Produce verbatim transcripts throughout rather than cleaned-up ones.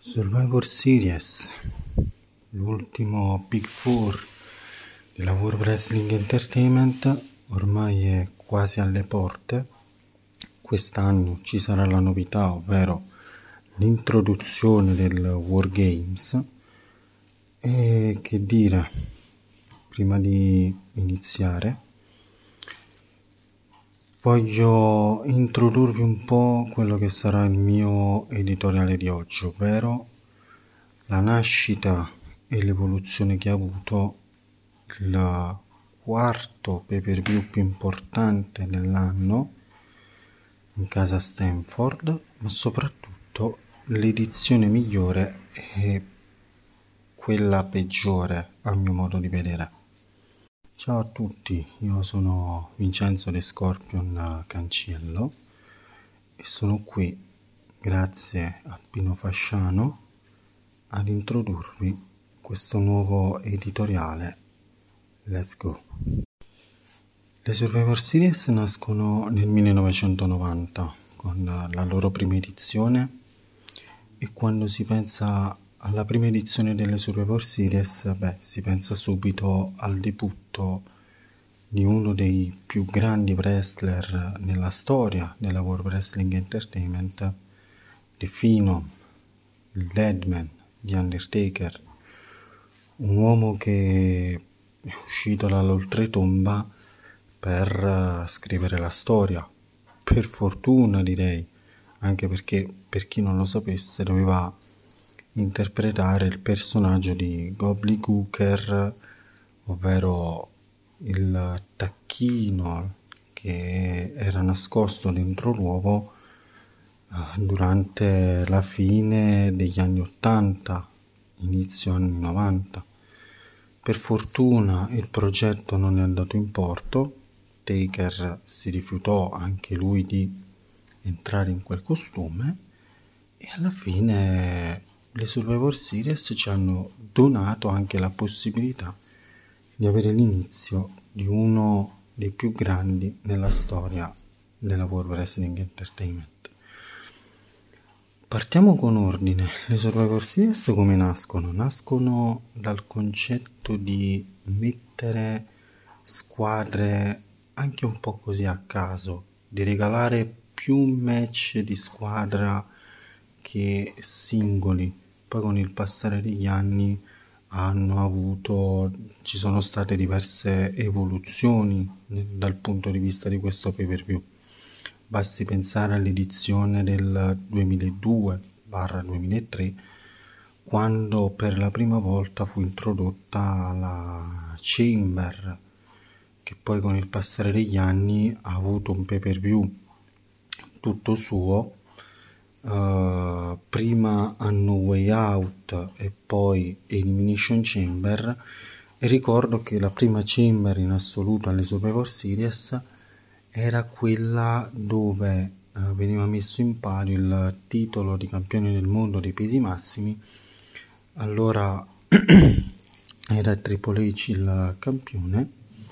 Survivor Series, l'ultimo Big Four della World Wrestling Entertainment, ormai è quasi alle porte. Quest'anno ci sarà la novità, ovvero l'introduzione del War Games. E che dire, prima di iniziare voglio introdurvi un po' quello che sarà il mio editoriale di oggi, ovvero la nascita e l'evoluzione che ha avuto il quarto pay-per-view più importante dell'anno in casa Stanford, ma soprattutto l'edizione migliore e quella peggiore a mio modo di vedere. Ciao a tutti, io sono Vincenzo The Scorpion Canciello e sono qui, grazie a Pino Fasciano, ad introdurvi questo nuovo editoriale. Let's go! Le Survivor Series nascono nel millenovecentonovanta con la loro prima edizione, e quando si pensa alla prima edizione delle Survivor Series, beh, si pensa subito al debutto di uno dei più grandi wrestler nella storia della World Wrestling Entertainment, The Phenom, il Deadman, The Undertaker, un uomo che è uscito dall'oltretomba per scrivere la storia, per fortuna direi, anche perché, per chi non lo sapesse, doveva interpretare il personaggio di Gobbledygooker, ovvero il tacchino che era nascosto dentro l'uovo durante la fine degli anni ottanta, inizio anni novanta. Per fortuna il progetto non è andato in porto. Taker si rifiutò anche lui di entrare in quel costume e alla fine le Survivor Series ci hanno donato anche la possibilità di avere l'inizio di uno dei più grandi nella storia della World Wrestling Entertainment. Partiamo con ordine. Le Survivor Series come nascono? Nascono dal concetto di mettere squadre anche un po' così a caso, di regalare più match di squadra che singoli. Poi con il passare degli anni hanno avuto, ci sono state diverse evoluzioni dal punto di vista di questo pay-per-view. Basti pensare all'edizione del duemiladue duemilatré, quando per la prima volta fu introdotta la Chamber, che poi con il passare degli anni ha avuto un pay-per-view tutto suo. Uh, prima a No Way Out e poi Elimination Chamber, e ricordo che la prima Chamber in assoluto alle Survivor Series era quella dove uh, veniva messo in palio il titolo di campione del mondo dei pesi massimi. Allora era Triple H il campione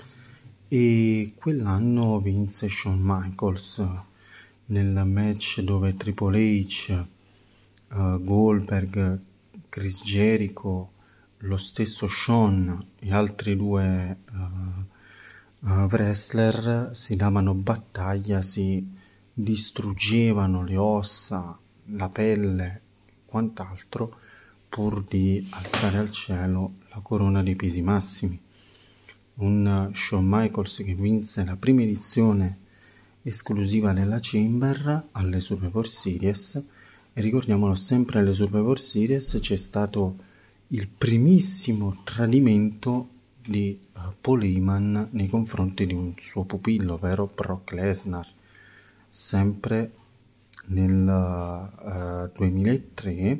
e quell'anno vinse Shawn Michaels nel match dove Triple H, uh, Goldberg, Chris Jericho, lo stesso Shawn e altri due uh, uh, wrestler si davano battaglia, si distruggevano le ossa, la pelle e quant'altro pur di alzare al cielo la corona dei pesi massimi. Un uh, Shawn Michaels che vinse la prima edizione esclusiva della Chamber alle Survivor Series, e ricordiamolo sempre, alle Survivor Series c'è stato il primissimo tradimento di uh, Paul Heyman nei confronti di un suo pupillo, ovvero Brock Lesnar, sempre nel uh, duemilatré,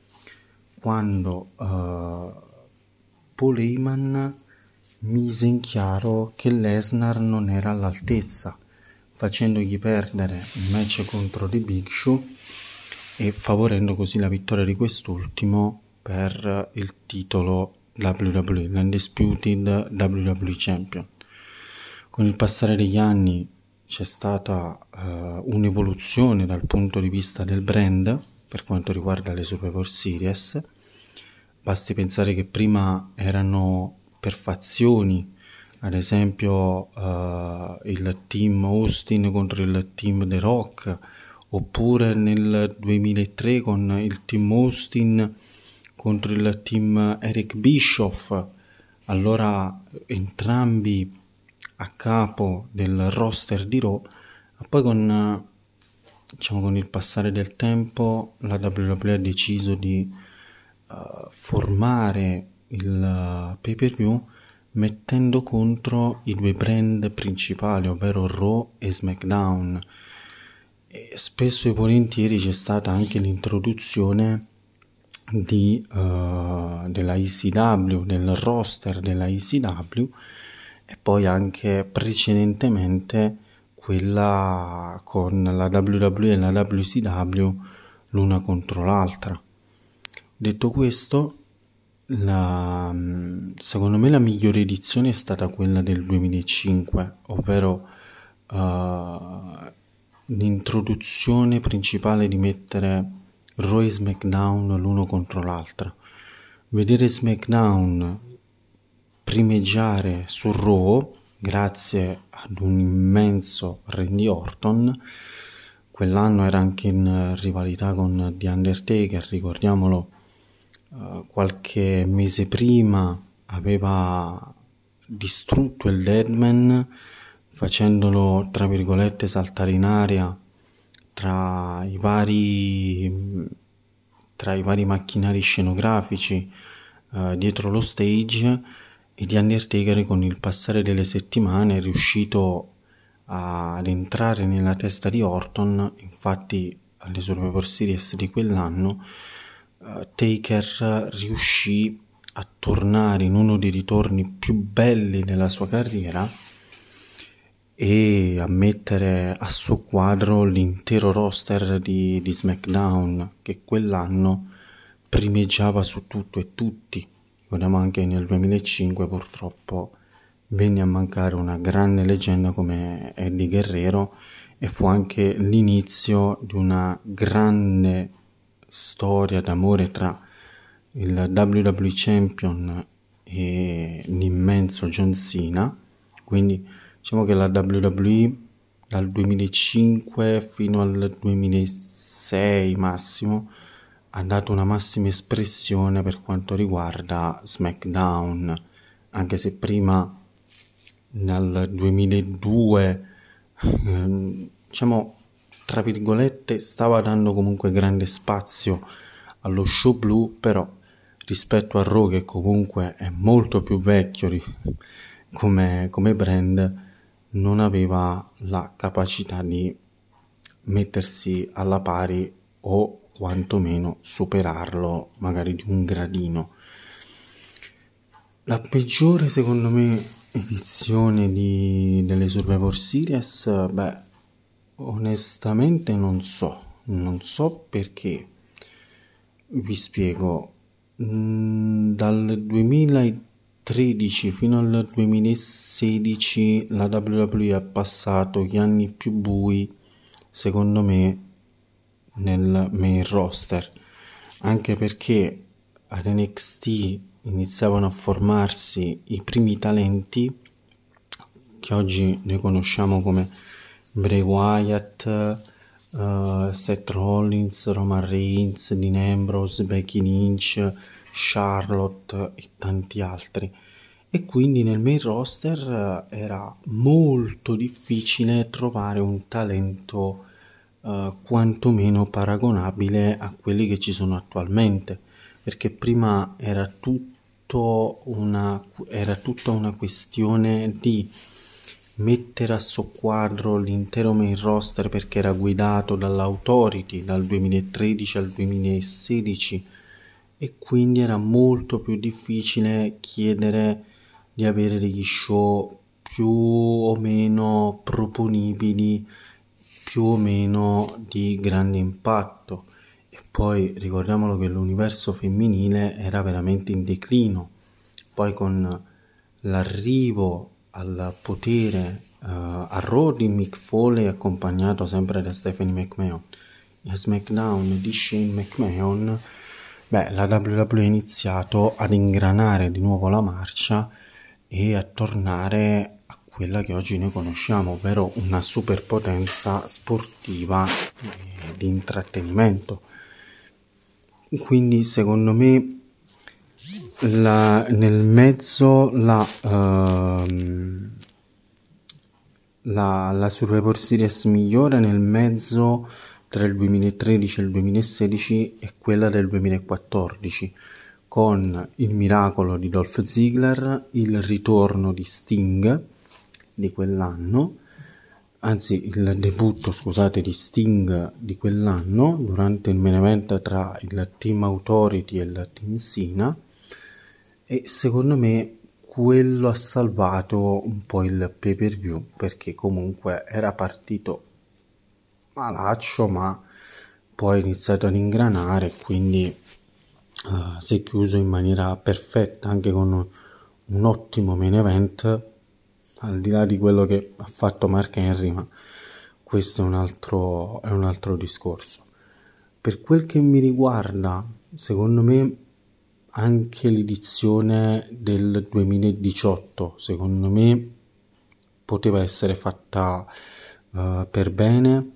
quando uh, Paul Heyman mise in chiaro che Lesnar non era all'altezza, facendogli perdere il match contro The Big Show e favorendo così la vittoria di quest'ultimo per il titolo W W E, l'Undisputed W W E Champion. Con il passare degli anni c'è stata uh, un'evoluzione dal punto di vista del brand, per quanto riguarda le Survivor Series. Basti pensare che prima erano per fazioni, ad esempio uh, il team Austin contro il team The Rock, oppure nel duemilatré con il team Austin contro il team Eric Bischoff. Allora entrambi a capo del roster di Raw, ma poi con, diciamo, con il passare del tempo la W W E ha deciso di uh, formare il uh, pay-per-view mettendo contro i due brand principali, ovvero Raw e SmackDown, e spesso e volentieri c'è stata anche l'introduzione di, uh, della E C W, del roster della E C W, e poi anche precedentemente quella con la W W E e la W C W l'una contro l'altra. Detto questo, la, secondo me la migliore edizione è stata quella del duemilacinque, ovvero uh, l'introduzione principale di mettere Raw e SmackDown l'uno contro l'altra. Vedere SmackDown primeggiare su Raw grazie ad un immenso Randy Orton. Quell'anno era anche in rivalità con The Undertaker, ricordiamolo. Uh, qualche mese prima aveva distrutto il Deadman facendolo tra virgolette saltare in aria tra i vari tra i vari macchinari scenografici uh, dietro lo stage, e The Undertaker con il passare delle settimane è riuscito a, ad entrare nella testa di Orton. Infatti alle Survivor Series di quell'anno uh, Taker riuscì a tornare in uno dei ritorni più belli della sua carriera e a mettere a suo quadro l'intero roster di, di SmackDown, che quell'anno primeggiava su tutto e tutti. Ricordiamo anche nel duemilacinque purtroppo venne a mancare una grande leggenda come Eddie Guerrero, e fu anche l'inizio di una grande storia d'amore tra il W W E Champion e l'immenso John Cena. Quindi diciamo che la W W E dal duemilacinque fino al duemilasei massimo ha dato una massima espressione per quanto riguarda SmackDown, anche se prima nel duemiladue eh, diciamo tra virgolette stava dando comunque grande spazio allo show blu, però rispetto a Raw, che comunque è molto più vecchio come, come brand, non aveva la capacità di mettersi alla pari o quantomeno superarlo magari di un gradino. La peggiore secondo me edizione di, delle Survivor Series, beh, onestamente non so, non so perché. Vi spiego. Dal duemilatredici fino al duemilasedici la W W E ha passato gli anni più bui, secondo me, nel main roster, anche perché ad N X T iniziavano a formarsi i primi talenti che oggi noi conosciamo come Bray Wyatt, uh, Seth Rollins, Roman Reigns, Dean Ambrose, Becky Lynch, Charlotte e tanti altri, e quindi nel main roster uh, era molto difficile trovare un talento uh, quantomeno paragonabile a quelli che ci sono attualmente, perché prima era tutto una era tutta una questione di mettere a soqquadro l'intero main roster, perché era guidato dall'Authority dal duemilatredici al duemilasedici, e quindi era molto più difficile chiedere di avere degli show più o meno proponibili, più o meno di grande impatto. E poi ricordiamolo che l'universo femminile era veramente in declino. Poi con l'arrivo al potere uh, a Raw di Mick Foley, accompagnato sempre da Stephanie McMahon, e SmackDown di Shane McMahon, beh, la W W E ha iniziato ad ingranare di nuovo la marcia e a tornare a quella che oggi noi conosciamo, ovvero una superpotenza sportiva e di intrattenimento. Quindi secondo me la, nel mezzo la, uh, la, la Survivor Series migliore nel mezzo tra il duemilatredici e il duemilasedici è quella del duemilaquattordici, con il miracolo di Dolph Ziggler, il ritorno di Sting di quell'anno, anzi il debutto, scusate, di Sting di quell'anno durante il main event tra il Team Authority e il Team Cena, e secondo me quello ha salvato un po' il pay per view, perché comunque era partito malaccio ma poi ha iniziato ad ingranare, quindi uh, si è chiuso in maniera perfetta, anche con un ottimo main event, al di là di quello che ha fatto Mark Henry, ma questo è un altro, è un altro discorso. Per quel che mi riguarda, secondo me anche l'edizione del duemiladiciotto, secondo me poteva essere fatta uh, per bene,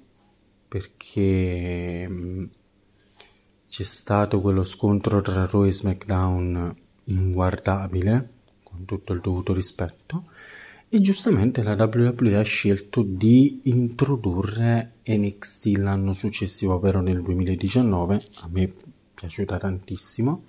perché mh, c'è stato quello scontro tra Raw e SmackDown inguardabile, con tutto il dovuto rispetto, e giustamente la W W E ha scelto di introdurre N X T l'anno successivo, ovvero nel duemiladiciannove, a me è piaciuta tantissimo,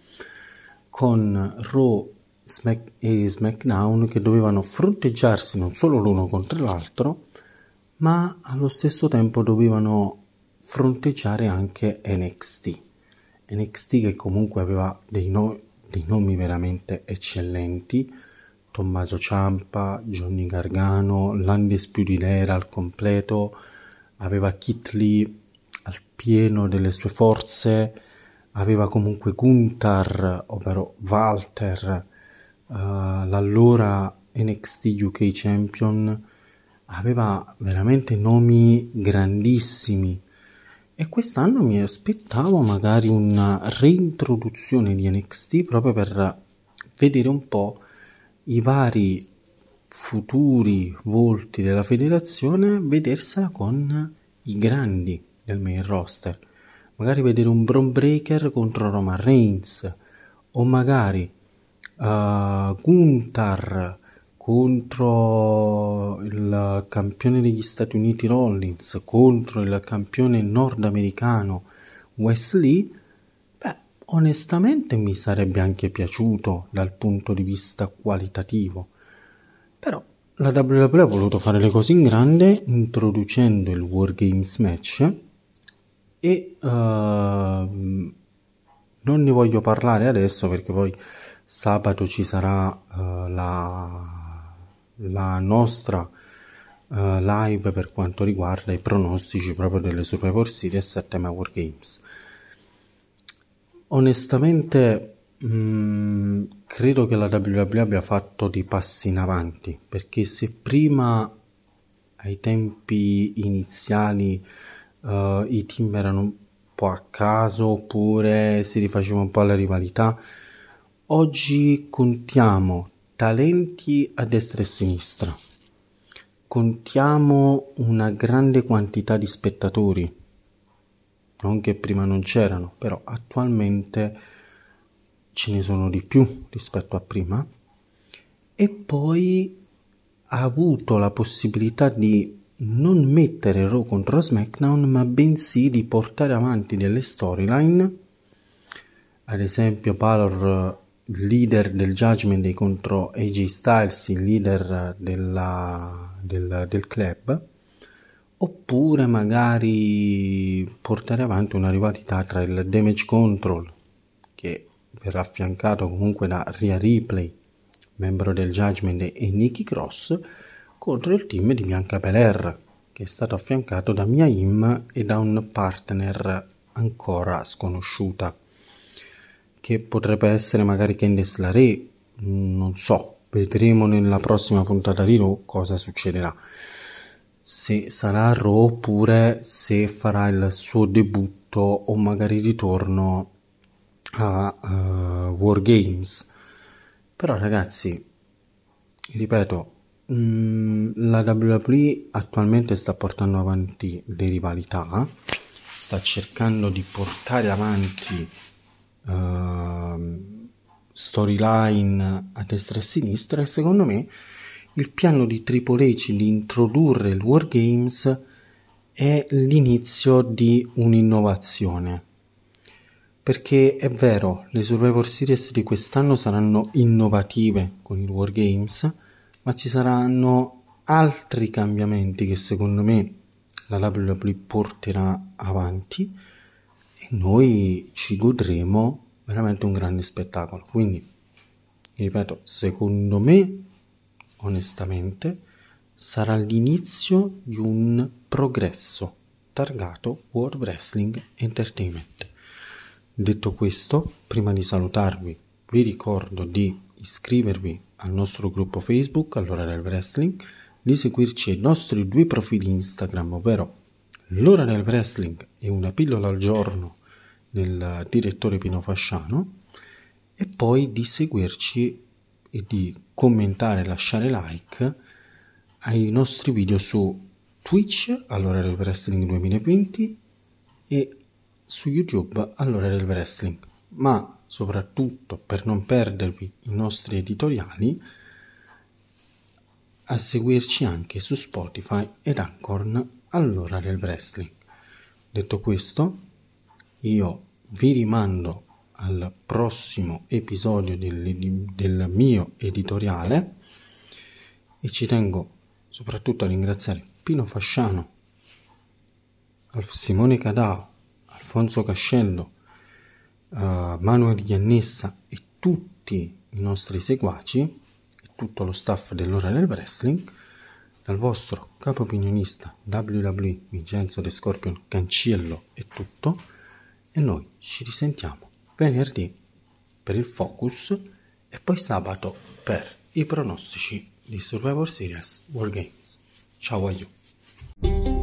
con Raw Smack e SmackDown che dovevano fronteggiarsi non solo l'uno contro l'altro, ma allo stesso tempo dovevano fronteggiare anche N X T. N X T che comunque aveva dei, no- dei nomi veramente eccellenti, Tommaso Ciampa, Johnny Gargano, l'Undisputed Era al completo, aveva Keith Lee al pieno delle sue forze, aveva comunque Gunther, ovvero Walter, uh, l'allora N X T U K Champion, aveva veramente nomi grandissimi, e quest'anno mi aspettavo magari una reintroduzione di N X T proprio per vedere un po' i vari futuri volti della federazione, vedersela con i grandi del main roster, magari vedere un Bron Breakker contro Roman Reigns, o magari uh, Gunther contro il campione degli Stati Uniti Rollins contro il campione nordamericano Wesley. Beh, onestamente mi sarebbe anche piaciuto dal punto di vista qualitativo, però la W W E ha voluto fare le cose in grande introducendo il War Games match, e uh, non ne voglio parlare adesso perché poi sabato ci sarà uh, la la nostra uh, live per quanto riguarda i pronostici proprio delle Survivor Series a tema War Games. Onestamente mh, credo che la W W E abbia fatto dei passi in avanti, perché se prima ai tempi iniziali uh, i team erano un po' a caso oppure si rifaceva un po' la rivalità, oggi contiamo talenti a destra e a sinistra, contiamo una grande quantità di spettatori, non che prima non c'erano, però attualmente ce ne sono di più rispetto a prima, e poi ha avuto la possibilità di non mettere Raw contro SmackDown, ma bensì di portare avanti delle storyline, ad esempio Balor leader del Judgment Day contro A J Styles, il leader della, del, del club, oppure magari portare avanti una rivalità tra il Damage Control, che verrà affiancato comunque da Rhea Ripley, membro del Judgment Day, e Nikki Cross, contro il team di Bianca Belair, che è stato affiancato da Mia Yim e da un partner ancora sconosciuta, che potrebbe essere magari Candice LeRae, non so, vedremo nella prossima puntata di Raw cosa succederà. se sarà a Raw oppure se farà il suo debutto o magari ritorno a uh, War Games. Però ragazzi, ripeto, mh, la W W E attualmente sta portando avanti le rivalità, sta cercando di portare avanti uh, storyline a destra e a sinistra, e secondo me il piano di Triple H di introdurre il War Games è l'inizio di un'innovazione. Perché è vero, le Survivor Series di quest'anno saranno innovative con il War Games, ma ci saranno altri cambiamenti che secondo me la W W E porterà avanti e noi ci godremo veramente un grande spettacolo. Quindi, ripeto, secondo me, onestamente, sarà l'inizio di un progresso targato World Wrestling Entertainment. Detto questo, prima di salutarvi, vi ricordo di iscrivervi al nostro gruppo Facebook, all'Ora del Wrestling, di seguirci ai nostri due profili Instagram, ovvero l'Ora del Wrestling e una pillola al giorno del direttore Pino Fasciano, e poi di seguirci e di commentare e lasciare like ai nostri video su Twitch all'Ora del Wrestling duemilaventi e su YouTube all'Ora del Wrestling, ma soprattutto per non perdervi i nostri editoriali, a seguirci anche su Spotify ed Anchor all'Ora del Wrestling. Detto questo, io vi rimando al prossimo episodio del, del mio editoriale e ci tengo soprattutto a ringraziare Pino Fasciano, Simone Cadao, Alfonso Cascello, uh, Manuel Iannessa e tutti i nostri seguaci e tutto lo staff dell'Ora del Wrestling, dal vostro capo opinionista W W E Vincenzo De Scorpion Canciello è tutto, e noi ci risentiamo venerdì per il focus e poi sabato per i pronostici di Survivor Series War Games. Ciao a you.